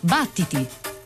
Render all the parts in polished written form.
Battiti!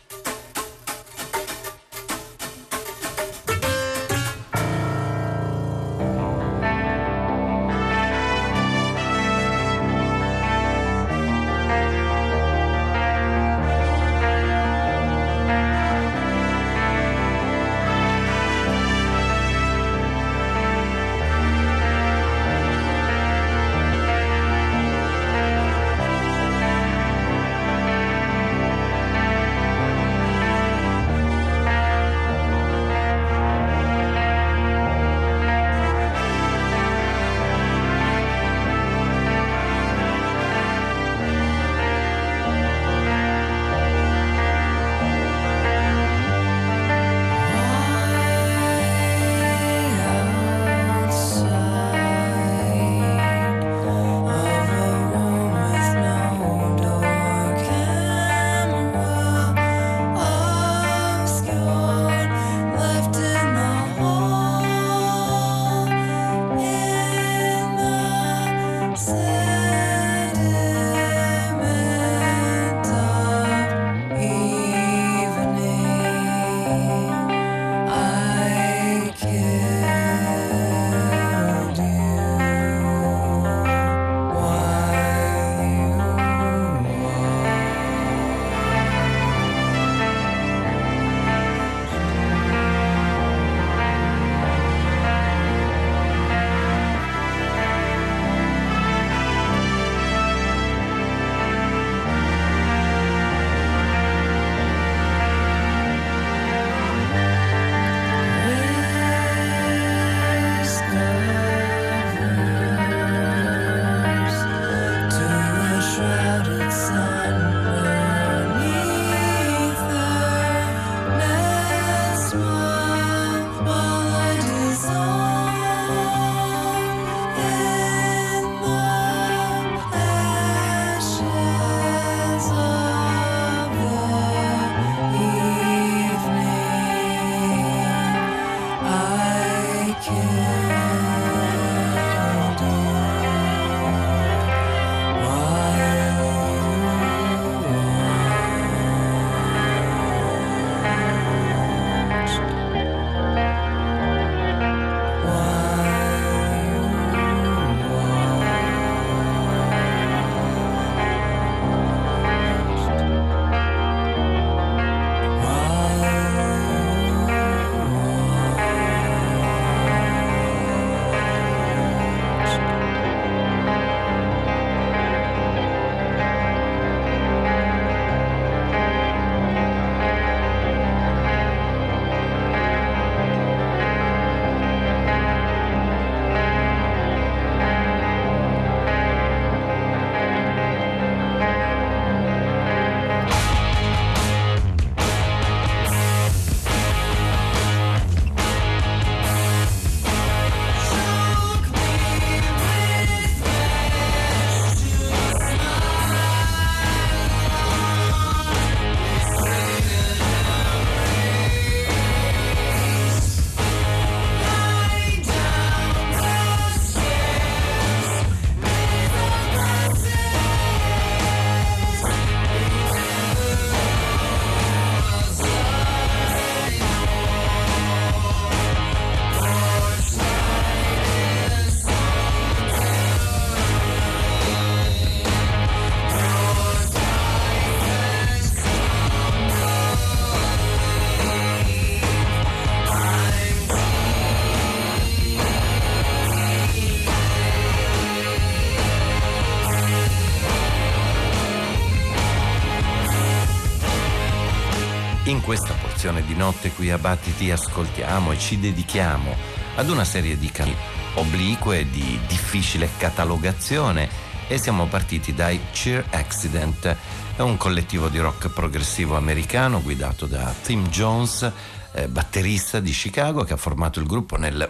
In questa porzione di notte qui a Battiti ascoltiamo e ci dedichiamo ad una serie di canzoni oblique di difficile catalogazione e siamo partiti dai Cheer Accident, è un collettivo di rock progressivo americano guidato da Tim Jones, batterista di Chicago, che ha formato il gruppo nel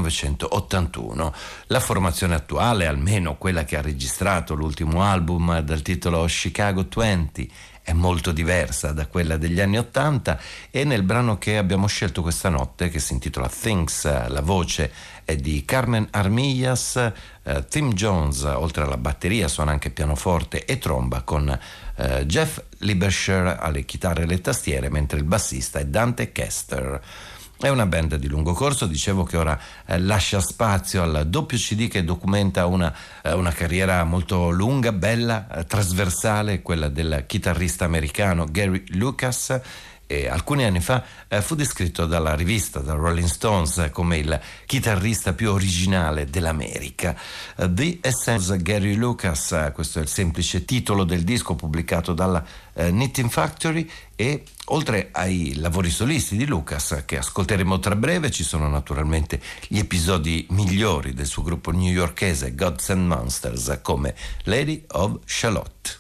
1981. La formazione attuale, almeno quella che ha registrato l'ultimo album dal titolo Chicago 20, è molto diversa da quella degli anni '80 e nel brano che abbiamo scelto questa notte, che si intitola Things, la voce è di Carmen Armillas. Tim Jones, oltre alla batteria, suona anche pianoforte e tromba con Jeff Libersher alle chitarre e le tastiere, mentre il bassista è Dante Kester. È una band di lungo corso, dicevo, che ora lascia spazio al doppio CD che documenta una carriera molto lunga, bella, trasversale, quella del chitarrista americano Gary Lucas. E alcuni anni fa fu descritto dalla rivista, da Rolling Stones, come il chitarrista più originale dell'America. The Essence Gary Lucas, questo è il semplice titolo del disco pubblicato dalla Knitting Factory, e oltre ai lavori solisti di Lucas che ascolteremo tra breve ci sono naturalmente gli episodi migliori del suo gruppo newyorkese Gods and Monsters, come Lady of Shalott.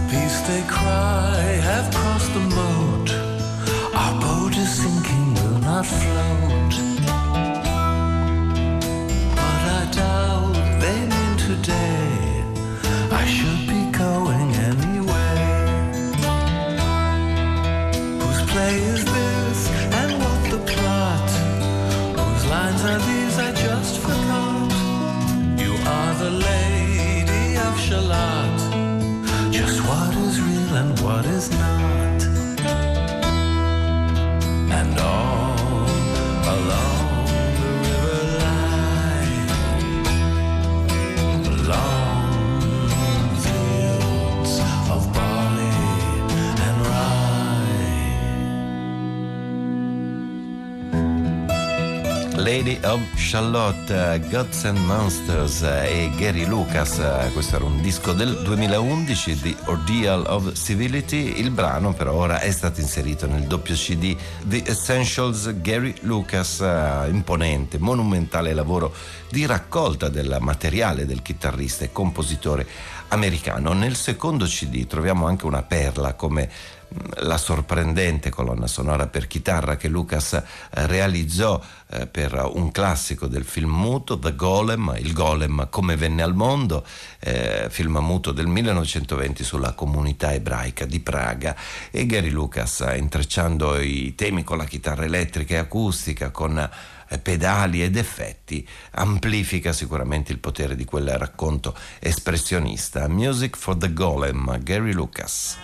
they cry have crossed the moat. Our boat is sinking, will and what is not, and all along the river line, long fields of barley and rye. Lady of Charlotte, Gods and Monsters e Gary Lucas. Questo era un disco del 2011, The Ordeal of Civility. Il brano però ora è stato inserito nel doppio CD The Essentials. Gary Lucas, imponente, monumentale lavoro di raccolta del materiale del chitarrista e compositore americano. Nel secondo CD troviamo anche una perla come la sorprendente colonna sonora per chitarra che Lucas realizzò per un classico del film muto, The Golem, il Golem come venne al mondo, film muto del 1920 sulla comunità ebraica di Praga. E Gary Lucas, intrecciando i temi con la chitarra elettrica e acustica, con pedali ed effetti, amplifica sicuramente il potere di quel racconto espressionista. Music for the Golem, Gary Lucas.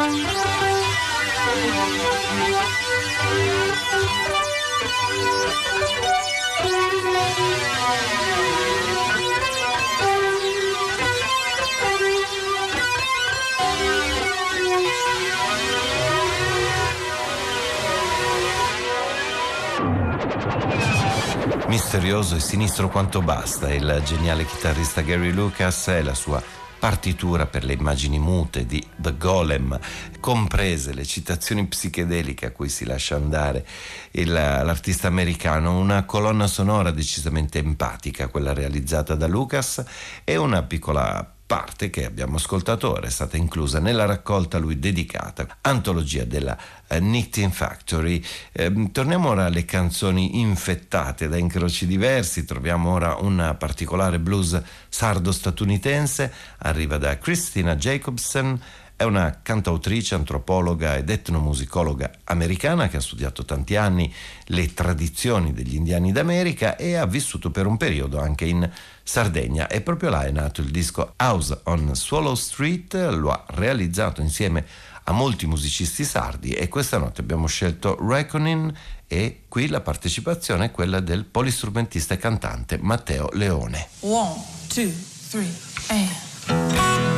Misterioso e sinistro quanto basta, il geniale chitarrista Gary Lucas e la sua partitura per le immagini mute di The Golem, comprese le citazioni psichedeliche a cui si lascia andare l'artista americano, una colonna sonora decisamente empatica, quella realizzata da Lucas, e una piccola parte che abbiamo ascoltato ora è stata inclusa nella raccolta a lui dedicata, antologia della Nicotine Factory. Torniamo ora alle canzoni infettate da incroci diversi. Troviamo ora un particolare blues sardo-statunitense, arriva da Christina Jacobsen. È una cantautrice, antropologa ed etnomusicologa americana che ha studiato tanti anni le tradizioni degli indiani d'America e ha vissuto per un periodo anche in Sardegna, e proprio là è nato il disco House on Swallow Street. Lo ha realizzato insieme a molti musicisti sardi e questa notte abbiamo scelto Reckoning, e qui la partecipazione è quella del polistrumentista e cantante Matteo Leone. 1, 2, 3 and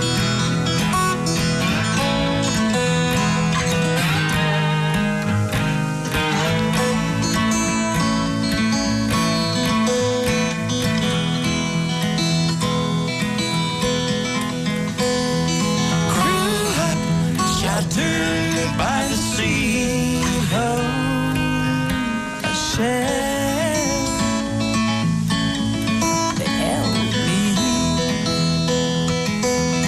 by the sea of a shell that held me.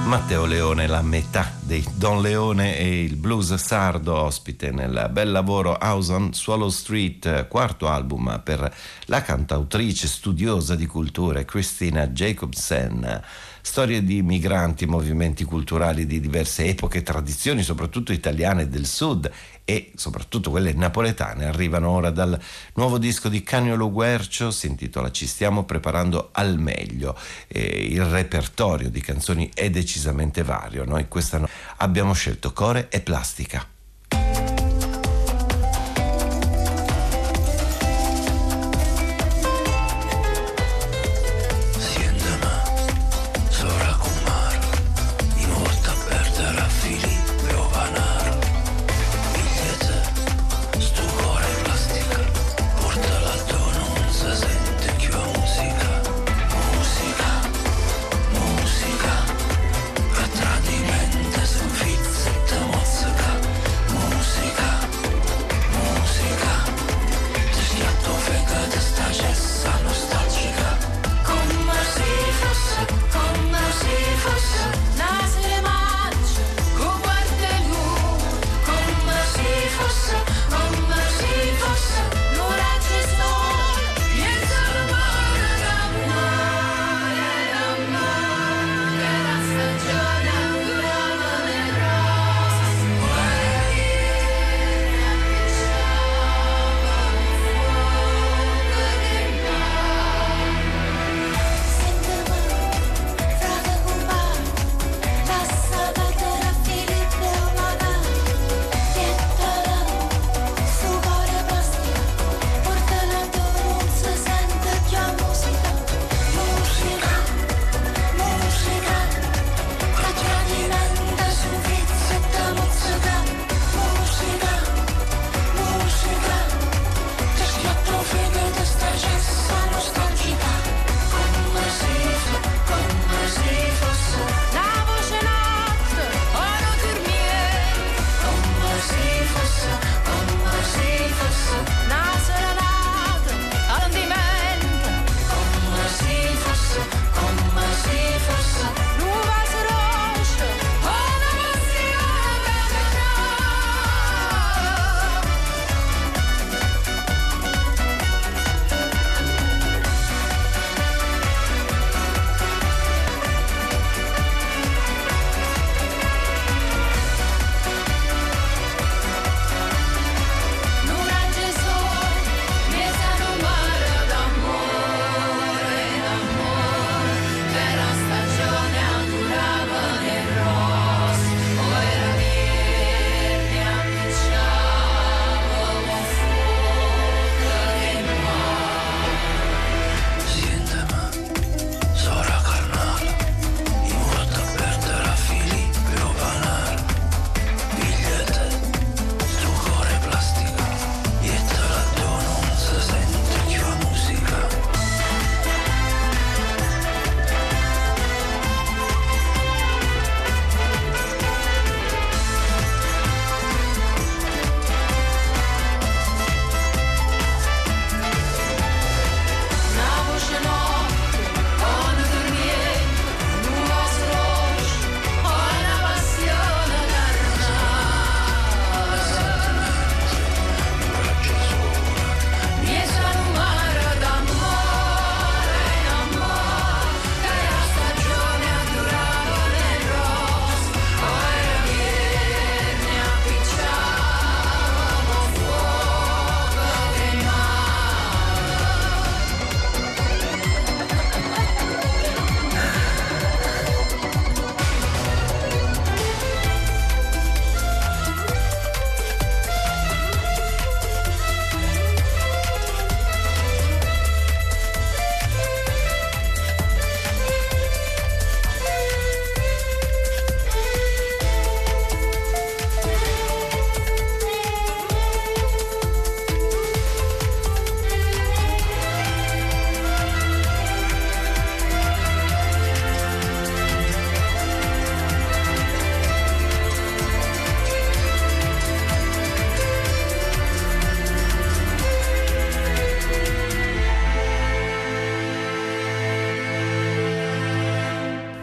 Matteo Leone, la metà dei Don Leone e il blues sardo, ospite nel bel lavoro House on Swallow Street, quarto album per la cantautrice studiosa di culture Christina Jacobsen. Storie di migranti, movimenti culturali di diverse epoche, tradizioni soprattutto italiane del sud e soprattutto quelle napoletane arrivano ora dal nuovo disco di Caniolo Guercio, si intitola Ci stiamo preparando al meglio. Il repertorio di canzoni è decisamente vario. Noi quest'anno abbiamo scelto Core e Plastica. Tradimente son fizzetta mozzica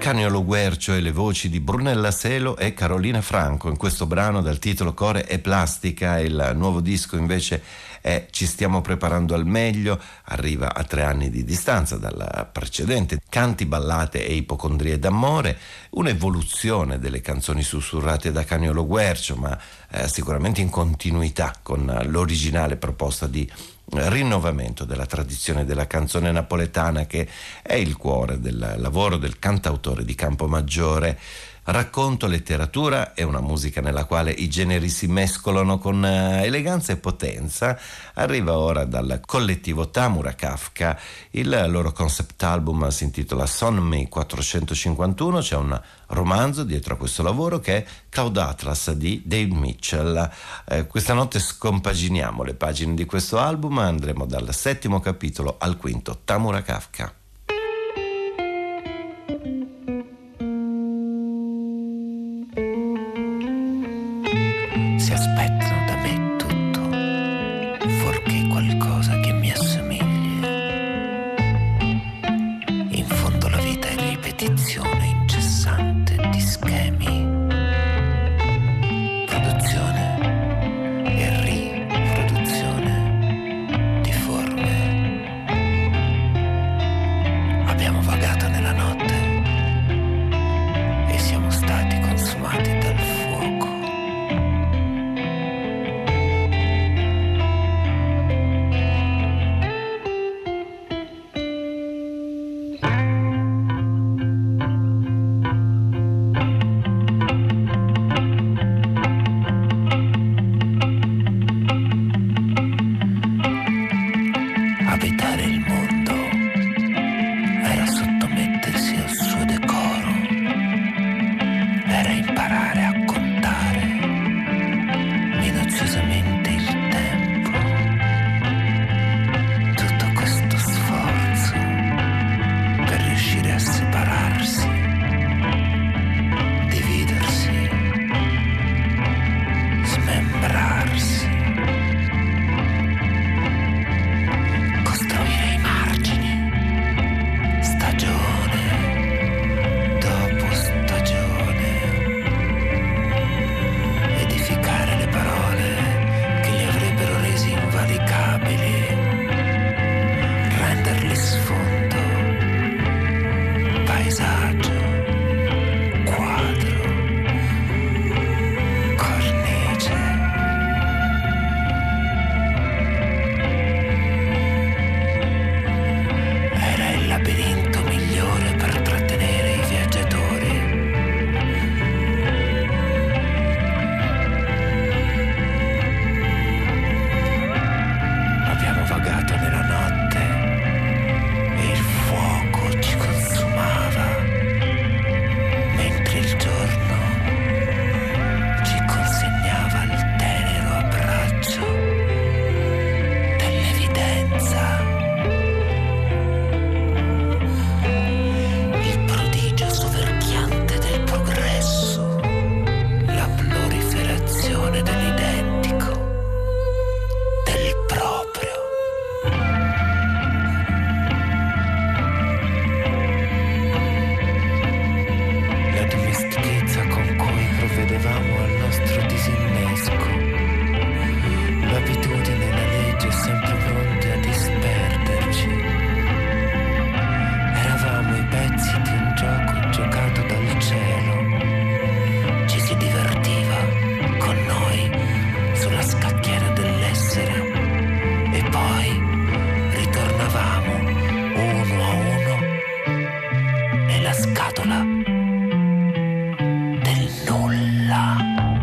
Canio Lo Guercio e le voci di Brunella Selo e Carolina Franco in questo brano dal titolo Core e Plastica. Il nuovo disco invece è Ci stiamo preparando al meglio, arriva a 3 anni di distanza dal precedente, Canti, ballate e ipocondrie d'amore, un'evoluzione delle canzoni sussurrate da Canio Lo Guercio, ma sicuramente in continuità con l'originale proposta di rinnovamento della tradizione della canzone napoletana, che è il cuore del lavoro del cantautore di Campomaggiore. Racconto, letteratura e una musica nella quale i generi si mescolano con eleganza e potenza. Arriva ora dal collettivo Tamura Kafka, il loro concept album si intitola Son Me 451, c'è un romanzo dietro a questo lavoro che è Cloud Atlas di Dave Mitchell. Questa notte scompaginiamo le pagine di questo album, andremo dal 7° capitolo al 5°, Tamura Kafka. Si aspettano da me tutto, fuorché qualcosa che mi assomigli. In fondo la vita è ripetizione incessante di schemi, produzione e riproduzione di forme. Abbiamo vagato nella notte e siamo stati consumati dal fuoco. Abitare il mondo era sottomettersi al suo decoro, era imparare a contare minuziosamente il tempo. Tutto questo sforzo per riuscire a separarsi, dividersi, smembrarsi, costruire i margini, stagione dopo stagione, edificare le parole che li avrebbero resi invalicabili, renderli sfondo, paesaggio, quadro, cornice. Era il labirinto migliore per trattenere i viaggiatori. Abbiamo vagato nella notte e il fuoco ci consumava, mentre il giorno ci consegnava il tenero abbraccio dell'evidenza. Il prodigio soverchiante del progresso, la proliferazione dell'identico, del proprio. La dimestichezza con cui provvedevamo al nostro disinnesco, l'abitudine e la legge sempre pronte a disperderci. Eravamo i pezzi di un gioco giocato dal cielo. Ci si divertiva con noi sulla scacchiera dell'essere e poi ritornavamo uno a uno nella scatola del nulla.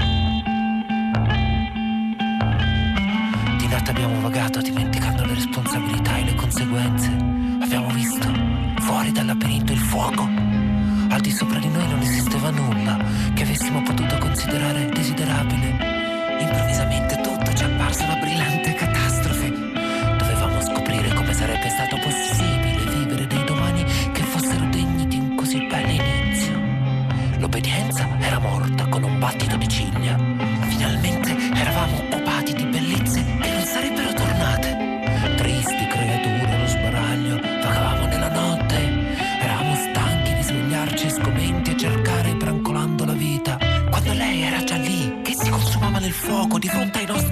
Di notte abbiamo vagato dimenticando le responsabilità e le conseguenze. Abbiamo visto fuori dal labirinto il fuoco. Al di sopra di noi non esisteva nulla che avessimo potuto considerare desiderabile. Improvvisamente tutto ci è apparso una brillante catastrofe. Dovevamo scoprire come sarebbe stato possibile vivere dei domani che fossero degni di un così bell'inizio. L'obbedienza era morta con un battito di ciglia. Finalmente eravamo occupati di bellezze che non sarebbero tornate. Tristi creature allo sbaraglio, vagavamo nella notte. Eravamo stanchi di svegliarci e scommettere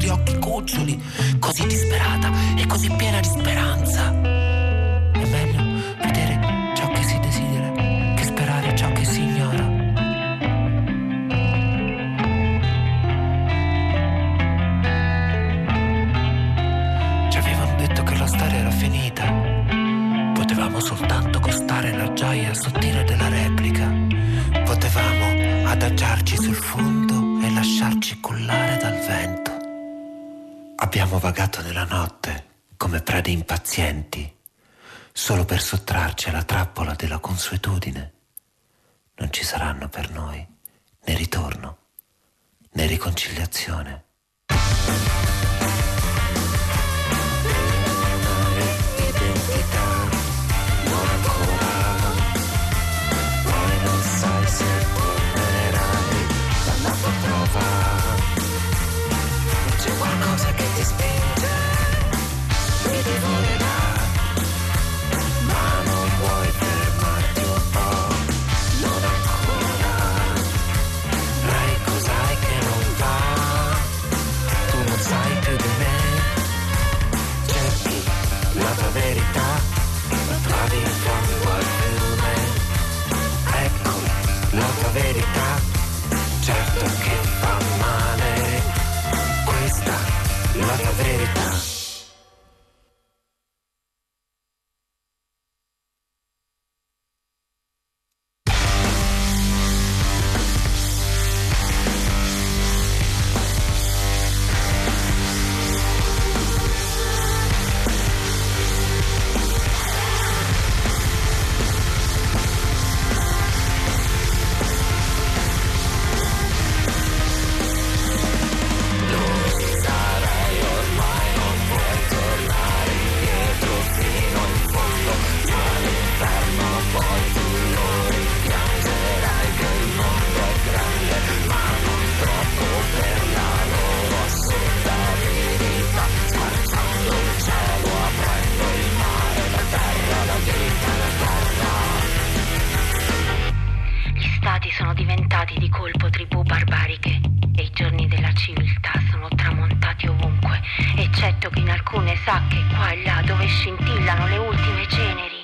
nostri occhi cuccioli, così disperata e così piena di speranza. È meglio vedere ciò che si desidera che sperare ciò che si ignora. Ci avevano detto che la storia era finita. Potevamo soltanto costare la gioia sottile della replica. Potevamo adagiarci sul fondo e lasciarci cullare dal vento. Abbiamo vagato nella notte come prede impazienti, solo per sottrarci alla trappola della consuetudine. Non ci saranno per noi né ritorno né riconciliazione. Identità non ancora, poi non sai se tornerai dalla tua prova. C'è qualcosa che ti spinge, mi divorerà, ma non vuoi fermarti un po', non ancora. Rai, cos'hai che non va? Tu non sai più di me. Cerchi la tua verità, la trovi in fondo al fiume. Ecco la tua verità, certo che fa male. Questa è la tua verità. Sono diventati di colpo tribù barbariche e i giorni della civiltà sono tramontati ovunque, eccetto che in alcune sacche qua e là dove scintillano le ultime ceneri.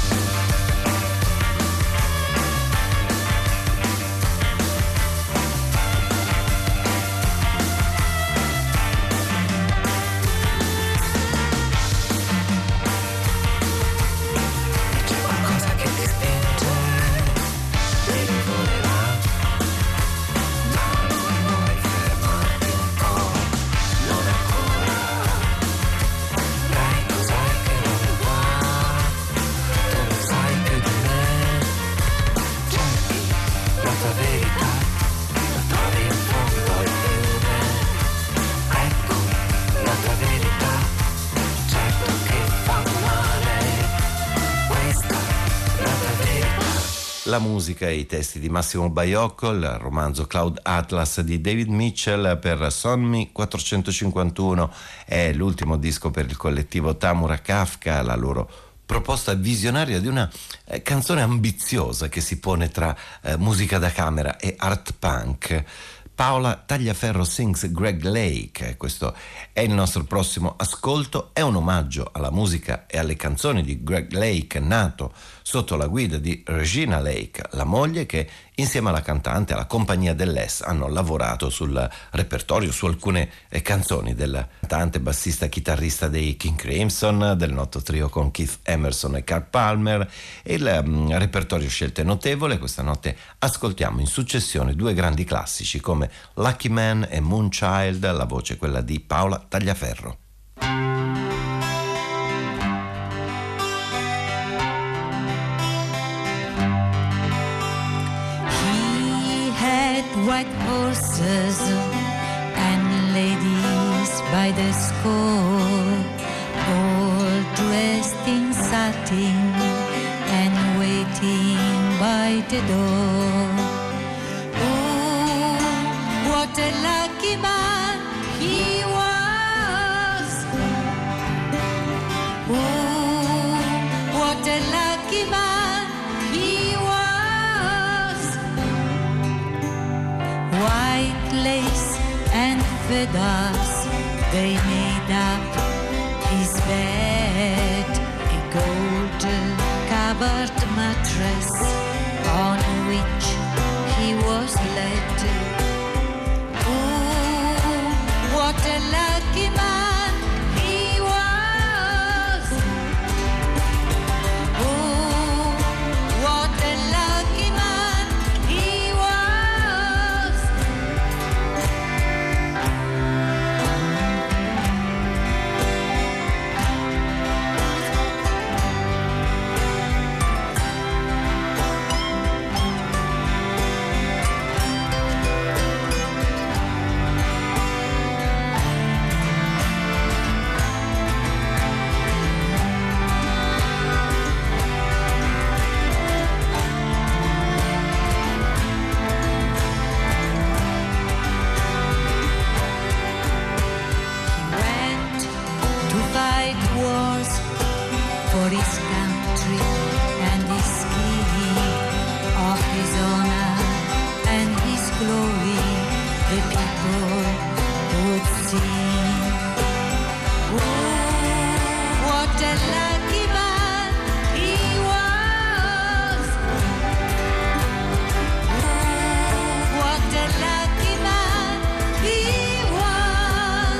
La musica e i testi di Massimo Baiocco, il romanzo Cloud Atlas di David Mitchell per Sonmi 451 è l'ultimo disco per il collettivo Tamura Kafka, la loro proposta visionaria di una canzone ambiziosa che si pone tra musica da camera e art punk. Paola Tagliaferro sings Greg Lake, questo è il nostro prossimo ascolto, è un omaggio alla musica e alle canzoni di Greg Lake, nato sotto la guida di Regina Lake, la moglie, che insieme alla cantante, alla compagnia dell'Es, hanno lavorato sul repertorio, su alcune canzoni del cantante, bassista, chitarrista dei King Crimson, del noto trio con Keith Emerson e Carl Palmer. Il repertorio scelto è notevole. Questa notte ascoltiamo in successione due grandi classici come Lucky Man e Moonchild, la voce è quella di Paola Tagliaferro. White horses and ladies by the score, all dressed in satin and waiting by the door. Oh, what a lucky man he was! Oh, what a lucky man he was! White lace and feathers they made up his bed, a gold-covered mattress on which he was led. Ooh, what a lucky man he was! Ooh, what a lucky man he was! For his country and his king, of his honor and his glory, the people would sing. Ooh, what a lucky man he was! Ooh, what a lucky man he was!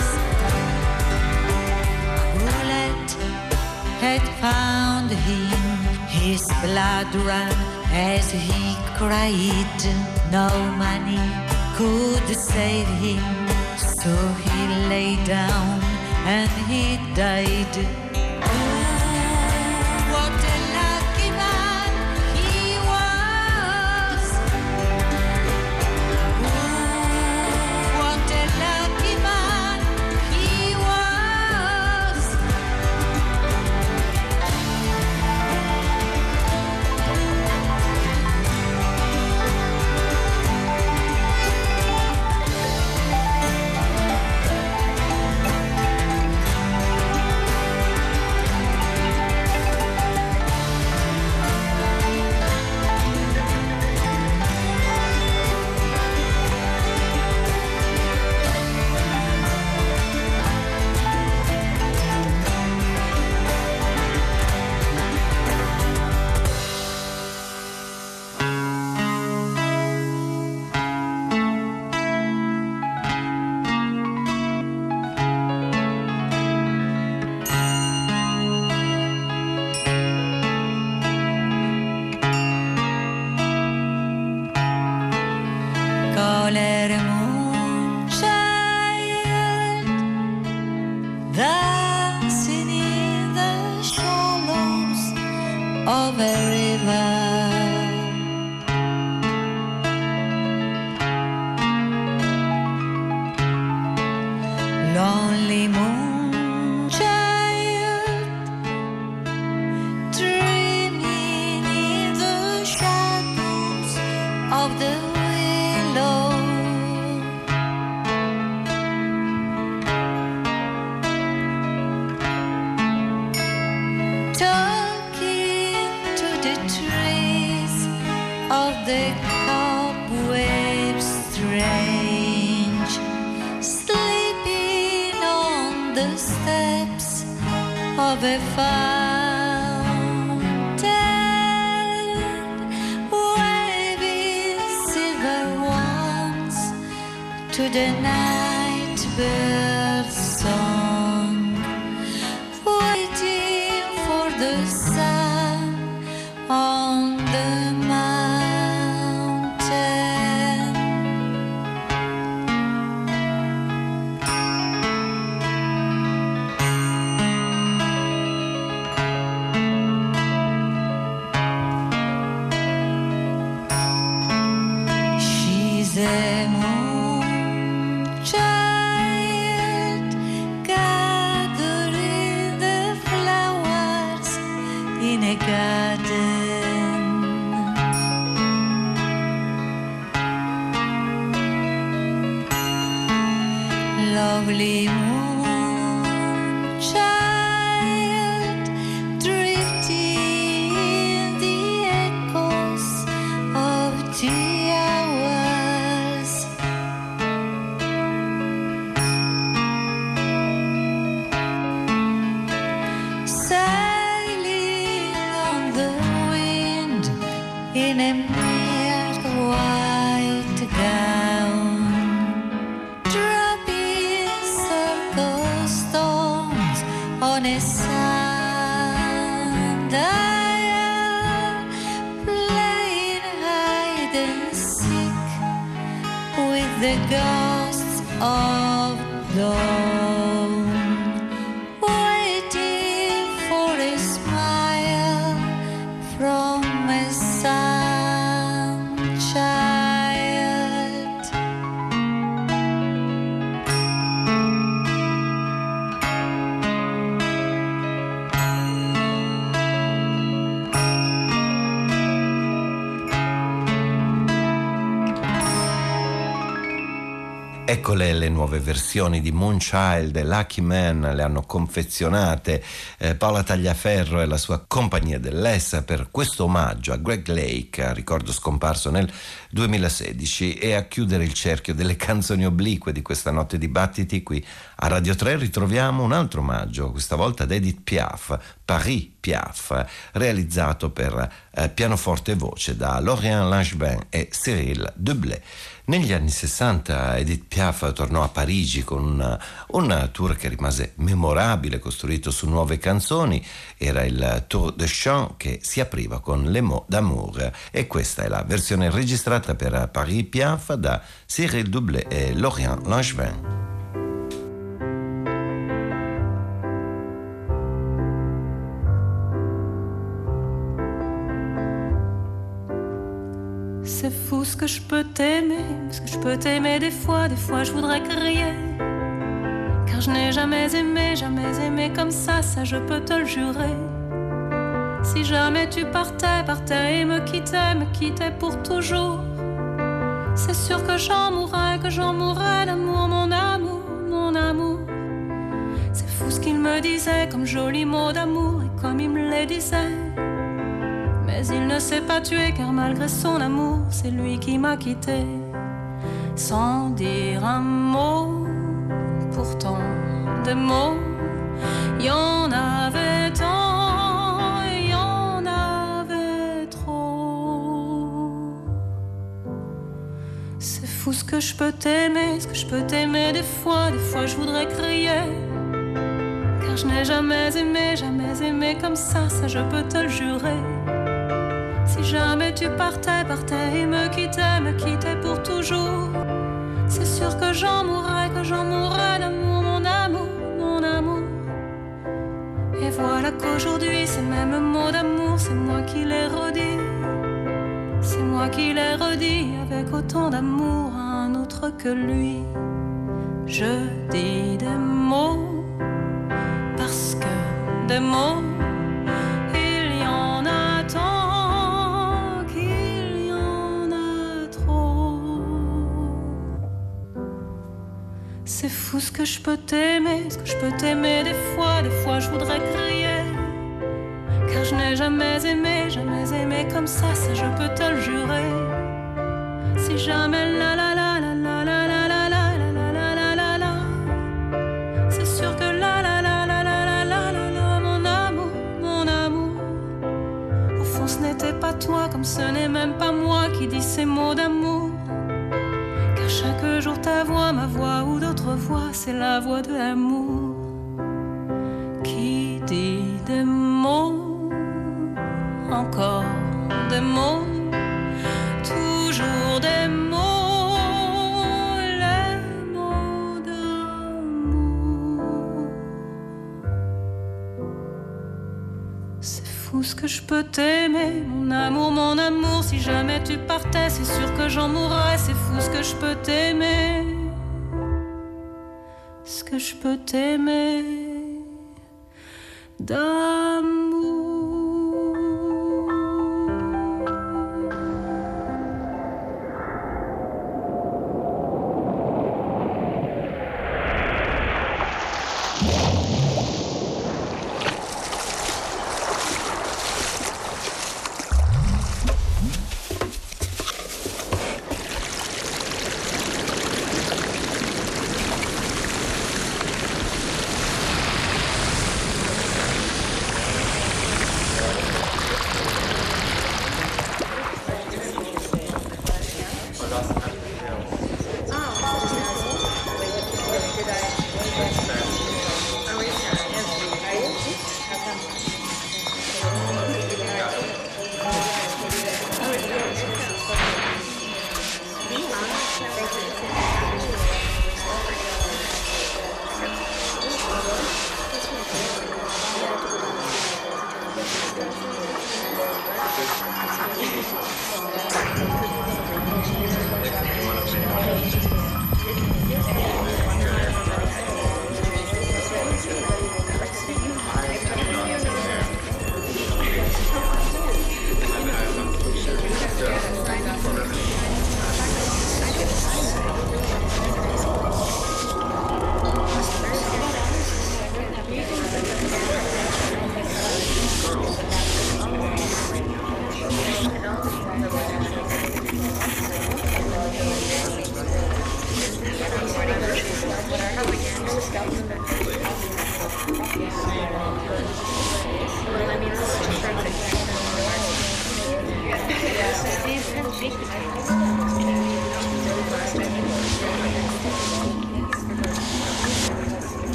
Roulette had found him, his blood ran as he cried. No money could save him, so he lay down and he died. Ooh, what a lucky man he was! Ooh, what a lucky man he was! Color moon child dancing in the shallows of a river. Lonely moon child dreaming in the shadows of the willow. Talking to the trees of the cobwebs strange, sleeping on the steps of a fountain, waving silver wands to the night bird's song, waiting for the sun on the mountain. She's a moon child on a sundial, playing hide and seek with the ghosts of dawn, waiting for a smile from a sunchild. Eccole le nuove versioni di Moonchild e Lucky Man, le hanno confezionate Paola Tagliaferro e la sua compagnia dell'ESA per questo omaggio a Greg Lake, ricordo scomparso nel 2016, e a chiudere il cerchio delle canzoni oblique di questa notte di battiti qui a Radio 3 ritroviamo un altro omaggio, questa volta ad Edith Piaf, Paris Piaf, realizzato per pianoforte e voce da Laurent Langevin e Cyril Deblé. Negli anni 60 Edith Piaf tornò a Parigi con un tour che rimase memorabile, costruito su nuove canzoni. Era il Tour de Chant che si apriva con Les mots d'amour, e questa è la versione registrata per Paris Piaf da Cyril Deblé e Laurent Langevin. C'est fou ce que je peux t'aimer, parce que je peux t'aimer des fois je voudrais crier. Car je n'ai jamais aimé comme ça je peux te le jurer. Si jamais tu partais et me quittais pour toujours, c'est sûr que j'en mourrais d'amour, mon amour. C'est fou ce qu'il me disait comme joli mot d'amour, et comme il me les disait. Mais il ne s'est pas tué car malgré son amour, c'est lui qui m'a quitté sans dire un mot. Pourtant des mots, y en avait tant, y en avait trop. C'est fou ce que je peux t'aimer, des fois je voudrais crier. Car je n'ai jamais aimé comme ça je peux te le jurer. Si jamais tu partais et me quittais pour toujours, c'est sûr que j'en mourrais d'amour, mon amour. Et voilà qu'aujourd'hui, ces mêmes mots d'amour, c'est moi qui les redis. C'est moi qui les redis avec autant d'amour à un autre que lui. Je dis des mots parce que des mots, il y en a tant. C'est fou ce que je peux t'aimer, des fois je voudrais crier. Car je n'ai jamais aimé comme ça je peux te le jurer. Si jamais la la la la la la la la la la la la la, c'est sûr que la la la la la la la la, mon amour. Au fond ce n'était pas toi, comme ce n'est même pas moi qui dis ces mots d'amour. Chaque jour ta voix, ma voix ou d'autres voix, c'est la voix de l'amour qui dit des mots, encore des mots, toujours des mots, les mots d'amour. C'est fou ce que je peux t'aimer, mon amour, si jamais tu partais, c'est sûr que j'en mourrais. C'est fou ce que je peux t'aimer, d'amour.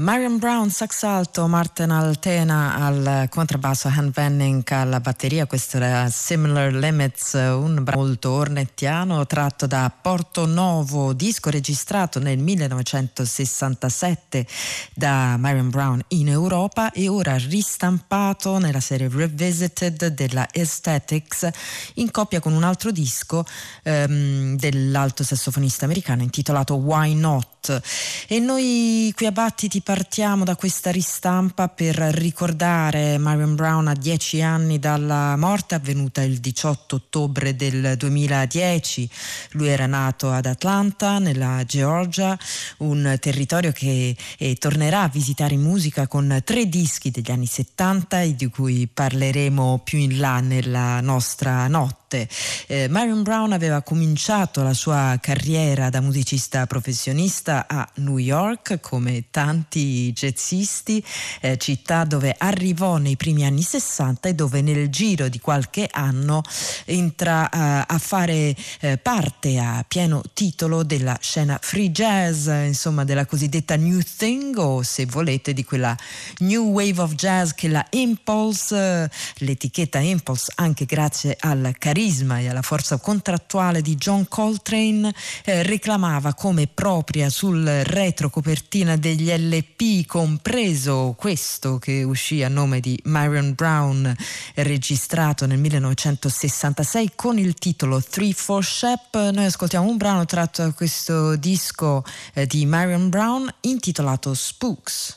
Marion Brown sax alto, Martin Altena al contrabbasso, Han Venning alla batteria. Questo era Similar Limits, un brano molto ornettiano tratto da Porto Novo, disco registrato nel 1967 da Marion Brown in Europa e ora ristampato nella serie Revisited della Aesthetics in coppia con un altro disco dell'alto sassofonista americano intitolato Why Not. E noi qui a Battiti partiamo da questa ristampa per ricordare Marion Brown a 10 anni dalla morte avvenuta il 18 ottobre del 2010. Lui era nato ad Atlanta, nella Georgia, un territorio che tornerà a visitare in musica con 3 dischi degli anni 70 e di cui parleremo più in là nella nostra notte. Marion Brown aveva cominciato la sua carriera da musicista professionista a New York, come tanti jazzisti, città dove arrivò nei primi anni 60 e dove nel giro di qualche anno entra a fare parte a pieno titolo della scena free jazz, insomma della cosiddetta new thing, o se volete di quella new wave of jazz che la Impulse, l'etichetta Impulse, anche grazie al carisma e alla forza contrattuale di John Coltrane, reclamava come propria sul retrocopertina degli LP, compreso questo che uscì a nome di Marion Brown, registrato nel 1966 con il titolo 3/4 Shep. Noi ascoltiamo un brano tratto da questo disco di Marion Brown intitolato Spooks.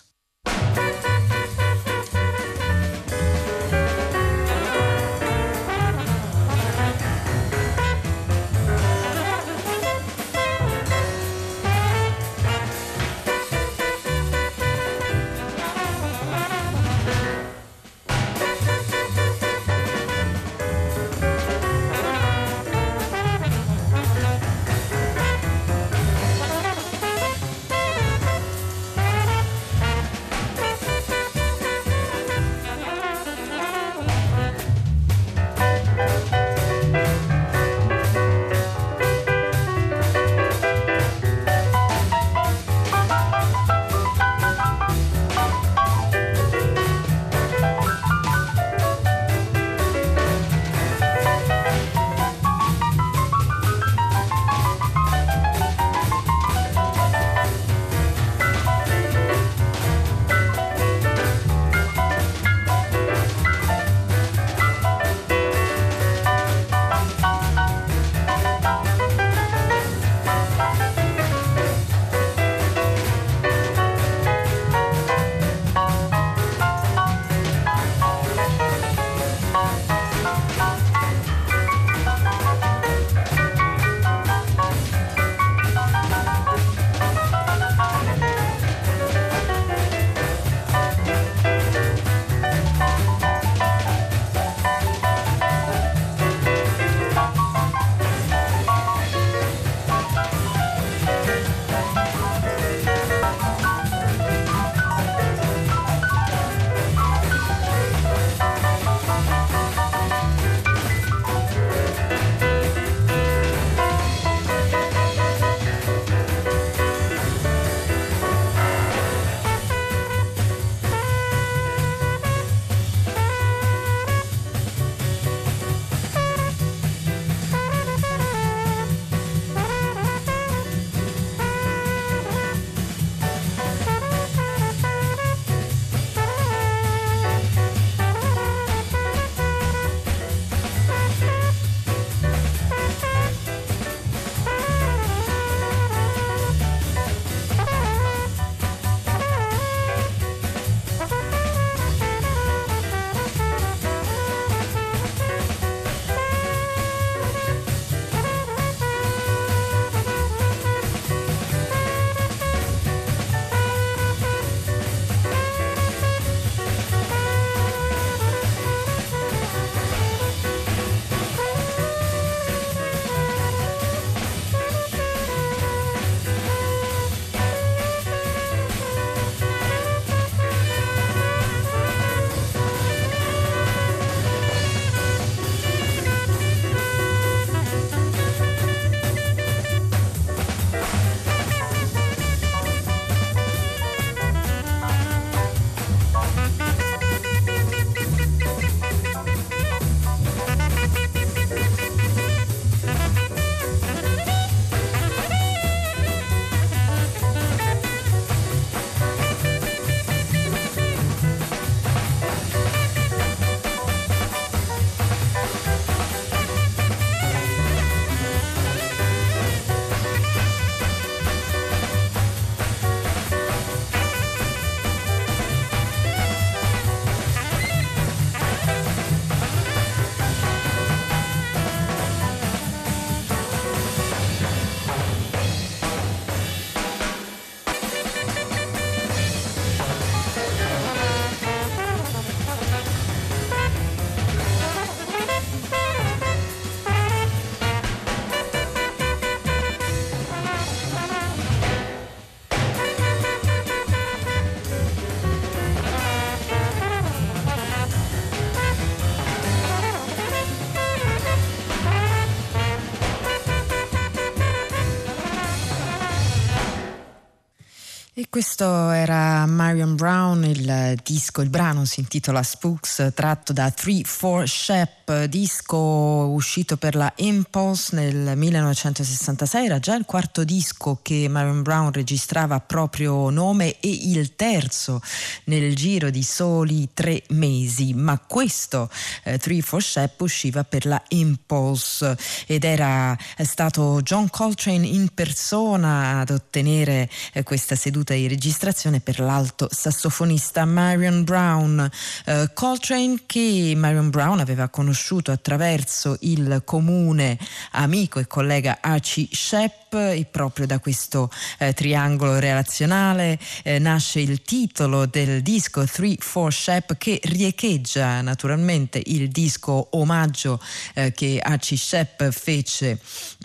E questo era Marion Brown, il brano si intitola Spooks, tratto da 3-4 Shep, disco uscito per la Impulse nel 1966, era già il quarto disco che Marion Brown registrava a proprio nome e il terzo nel giro di soli 3 mesi, ma questo 3-4 Shep usciva per la Impulse ed era stato John Coltrane in persona ad ottenere questa seduta di registrazione per l'alto sassofonista Marion Brown. Coltrane, che Marion Brown aveva conosciuto attraverso il comune amico e collega Archie Shepp, e proprio da questo triangolo relazionale nasce il titolo del disco 3-4 Shepp, che riecheggia naturalmente il disco omaggio che Archie Shepp fece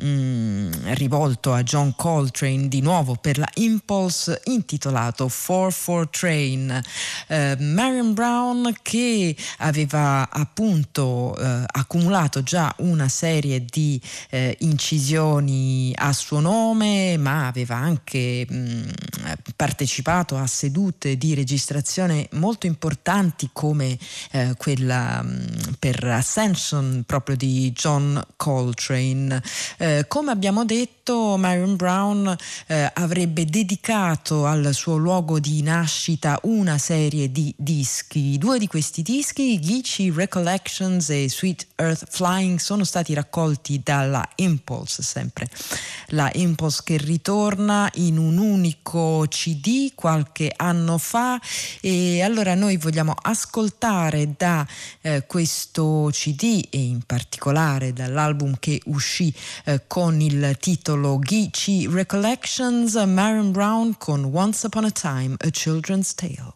rivolto a John Coltrane di nuovo per la Impulse, intitolato 4-4 Train. Marion Brown, che aveva appunto accumulato già una serie di incisioni a suo nome, ma aveva anche partecipato a sedute di registrazione molto importanti come quella per Ascension proprio di John Coltrane. Come abbiamo detto, Marion Brown avrebbe dedicato al suo luogo di nascita una serie di dischi. 2 di questi dischi, Geechee Recollections e Sweet Earth Flying, sono stati raccolti dalla Impulse, sempre la Impulse che ritorna in un unico CD qualche anno fa. E allora noi vogliamo ascoltare da questo CD, e in particolare dall'album che uscì con il titolo Geechee Recollections, Marion Brown con Once Upon a Time, A Children's Tale.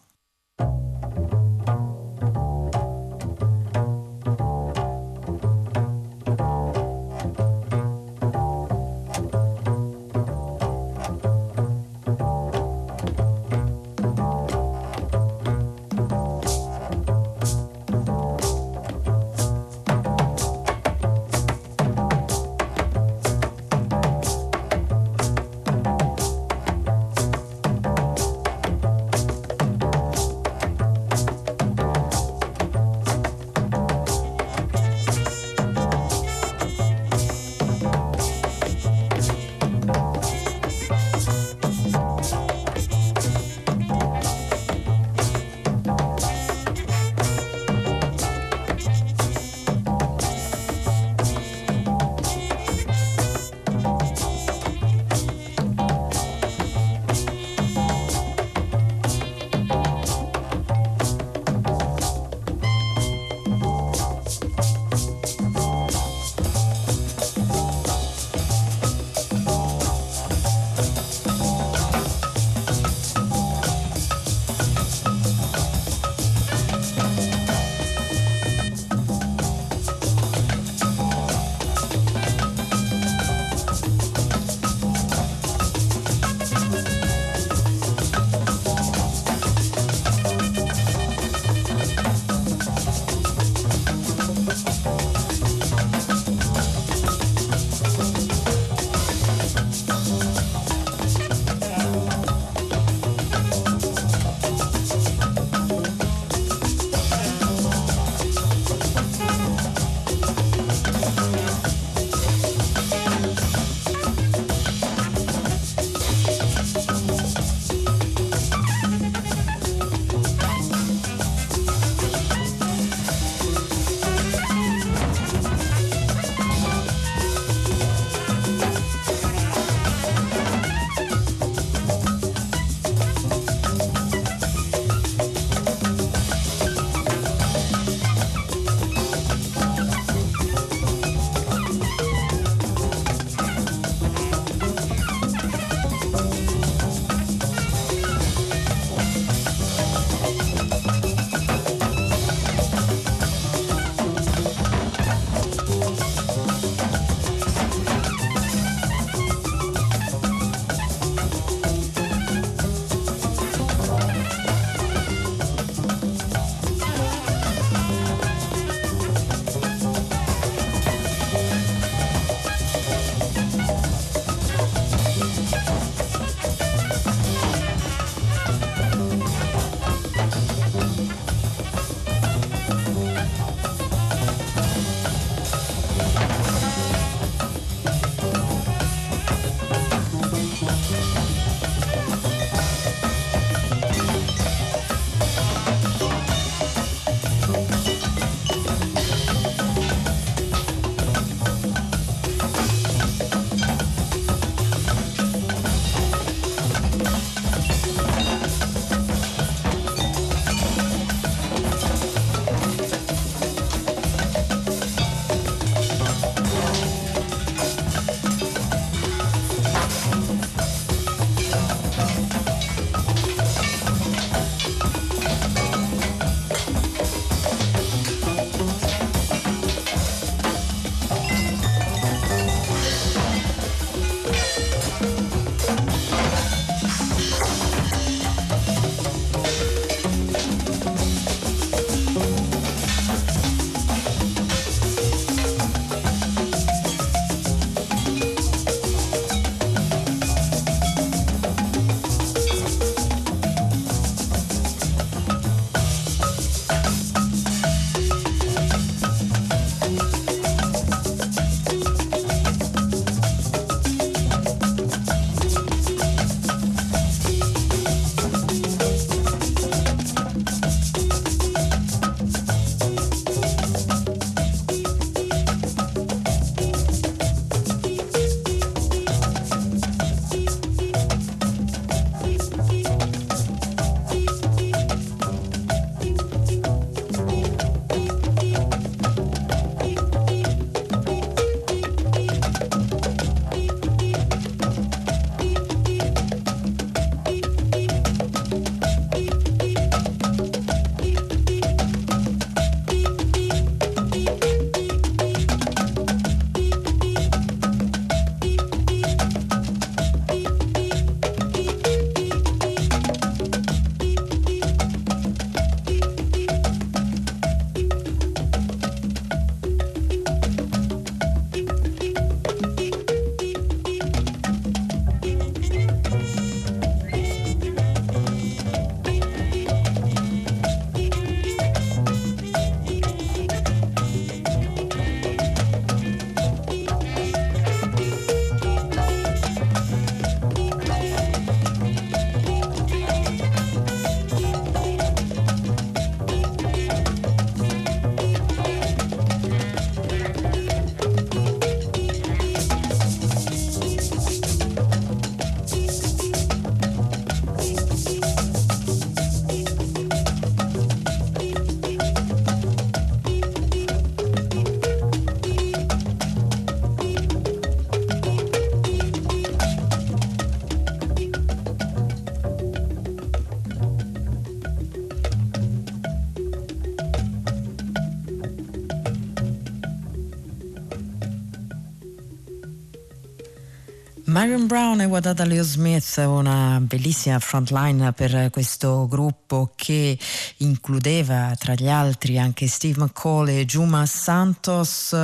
Marion Brown e Wadada Leo Smith, una bellissima frontline per questo gruppo che includeva tra gli altri anche Steve McCall e Juma Santos.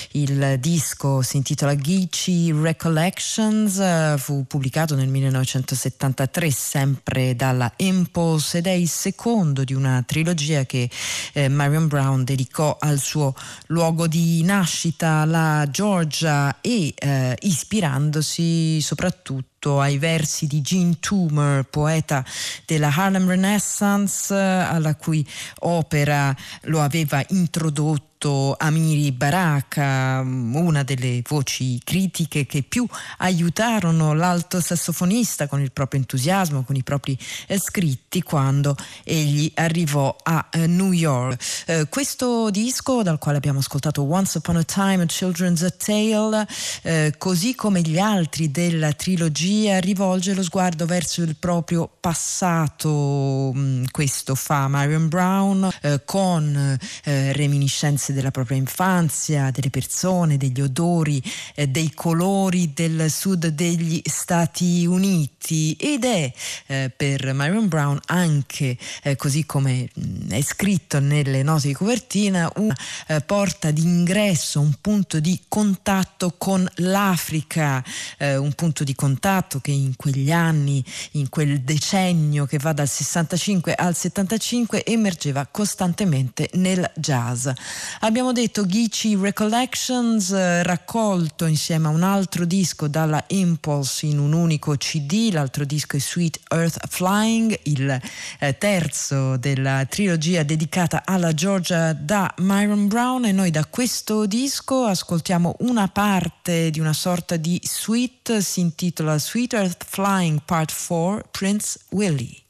Il disco si intitola Geechee Recollections, fu pubblicato nel 1973 sempre dalla Impulse ed è il secondo di una trilogia che Marion Brown dedicò al suo luogo di nascita, la Georgia, e ispirandosi soprattutto ai versi di Gene Toomer, poeta della Harlem Renaissance, alla cui opera lo aveva introdotto Amiri Baraka, una delle voci critiche che più aiutarono l'alto sassofonista con il proprio entusiasmo, con i propri scritti quando egli arrivò a New York. Questo disco, dal quale abbiamo ascoltato Once Upon a Time, A Children's Tale, così come gli altri della trilogia, rivolge lo sguardo verso il proprio passato. Questo fa Marion Brown con reminiscenze della propria infanzia, delle persone, degli odori, dei colori del sud degli Stati Uniti, ed è per Marion Brown anche, così come è scritto nelle note di copertina, una porta d'ingresso, un punto di contatto con l'Africa, un punto di contatto notato che in quegli anni, in quel decennio che va dal 65 al 75, emergeva costantemente nel jazz. Abbiamo detto Geechee Recollections, raccolto insieme a un altro disco dalla Impulse in un unico CD. L'altro disco è Sweet Earth Flying, il terzo della trilogia dedicata alla Georgia da Myron Brown, e noi da questo disco ascoltiamo una parte di una sorta di suite, si intitola Sweet Earth Flying Part 4, Prince Willie.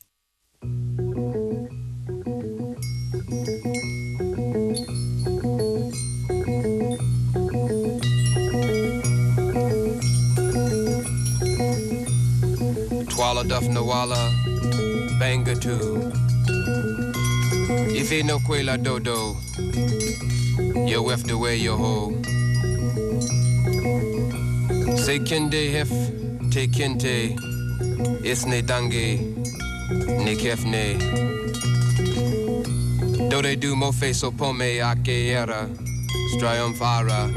Twala Duff Nawala, Banga too. Ife no Quela Dodo, you weft away your hoe. Say Kende Hef, Te Kente, Isne Dange, Ne Kefne. Do they do mo face so pome akeera, Striumphara,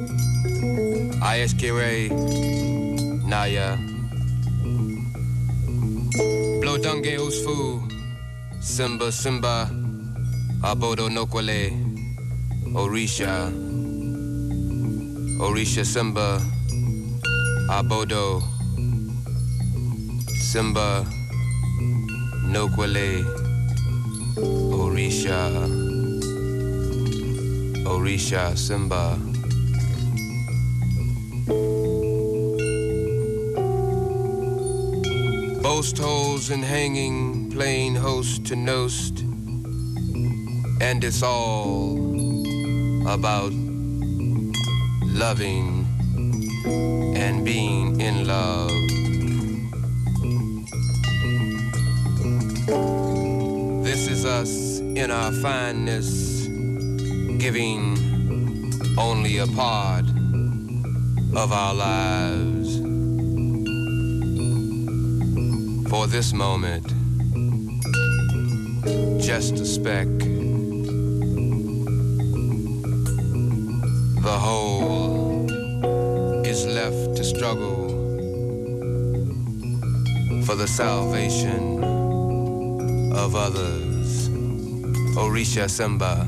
Ieskire, Naya. Blow Dange Usfu, Simba Simba, Abodo Nokwale, Orisha, Orisha Simba, Abodo, Simba, Nokwale, Orisha, Orisha Simba. Boast holes and hanging, plain host to nost, and it's all about loving and being in love. This is us in our fineness, giving only a part of our lives. For this moment, just a speck. The whole is left to struggle for the salvation of others. Orisha Simba.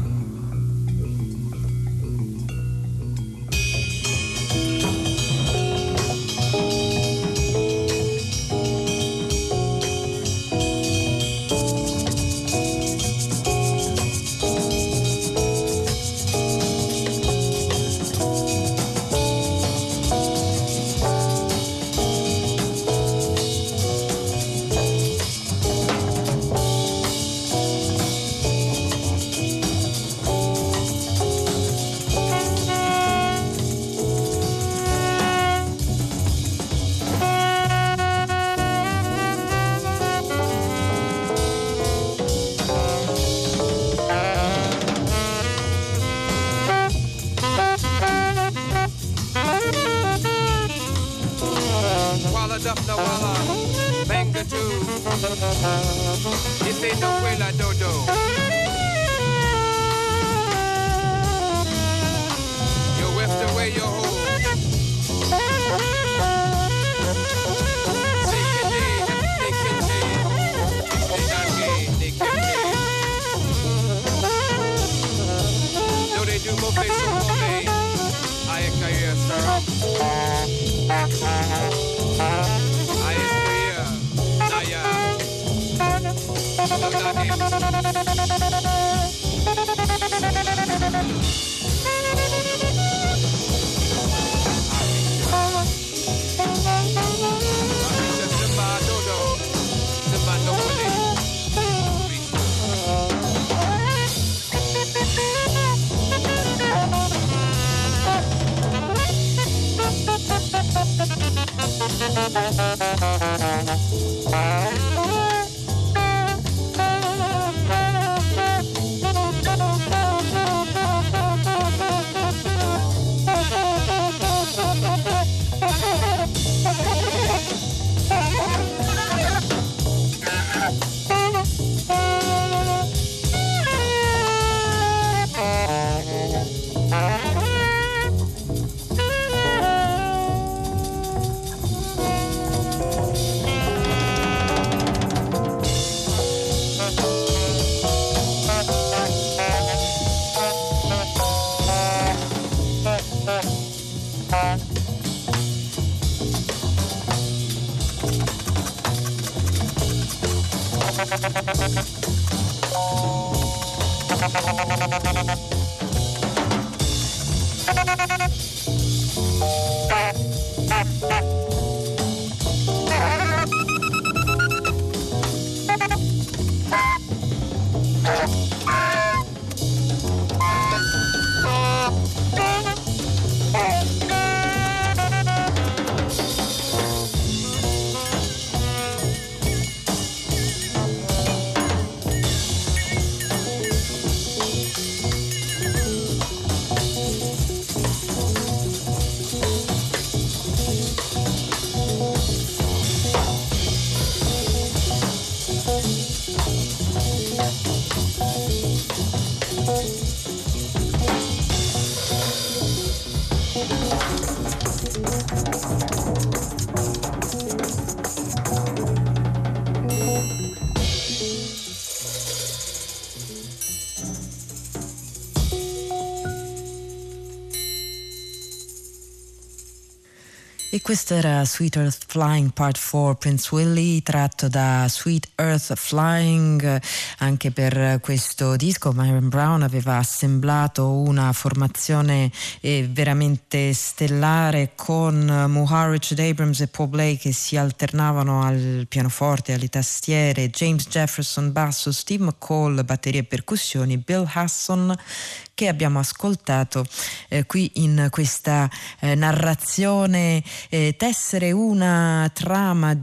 E questo era Sweet Earth Flying Part 4, Prince Willie, tratto da Sweet Earth Flying. Anche per questo disco Myron Brown aveva assemblato una formazione veramente stellare con Muharic ed Abrams e Paul Blake che si alternavano al pianoforte, alle tastiere, James Jefferson basso, Steve McCall batterie e percussioni, Bill Hasson che abbiamo ascoltato qui in questa narrazione, tessere una trama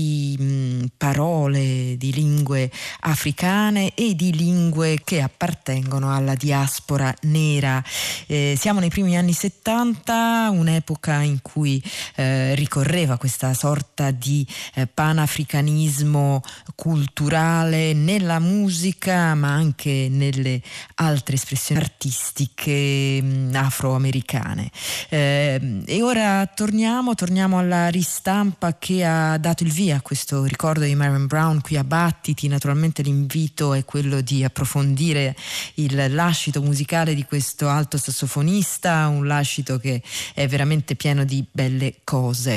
di parole, di lingue africane e di lingue che appartengono alla diaspora nera. Siamo nei primi anni 70, un'epoca in cui ricorreva questa sorta di panafricanismo culturale nella musica ma anche nelle altre espressioni artistiche afroamericane. E ora torniamo alla ristampa che ha dato il via a questo ricordo di Myron Brown qui a Battiti. Naturalmente l'invito è quello di approfondire il lascito musicale di questo alto sassofonista, un lascito che è veramente pieno di belle cose.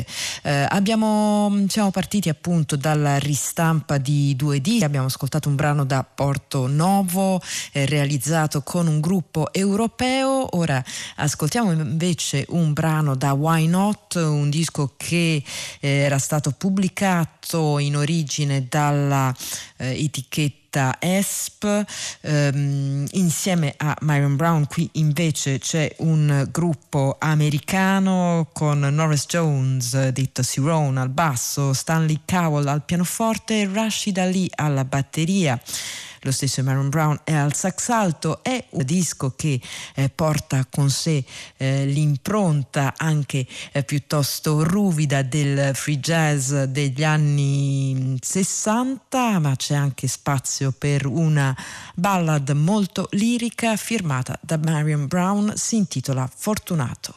Siamo partiti appunto dalla ristampa di 2 dischi, abbiamo ascoltato un brano da Porto Novo realizzato con un gruppo europeo. Ora ascoltiamo invece un brano da Why Not, un disco che era stato pubblicato in origine dalla etichetta ESP insieme a Myron Brown. Qui invece c'è un gruppo americano con Norris Jones, detto Cyrone, al basso, Stanley Cowell al pianoforte e Rashid Ali alla batteria. Lo stesso Myron Brown è al sax alto. È un disco che porta con sé l'impronta anche piuttosto ruvida del free jazz degli anni 60, ma c'è anche spazio per una ballad molto lirica firmata da Myron Brown, si intitola Fortunato.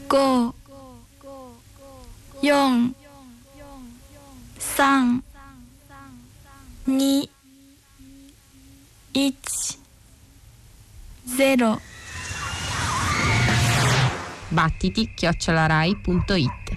5 4 3 2 1 0. Battiti@rai.it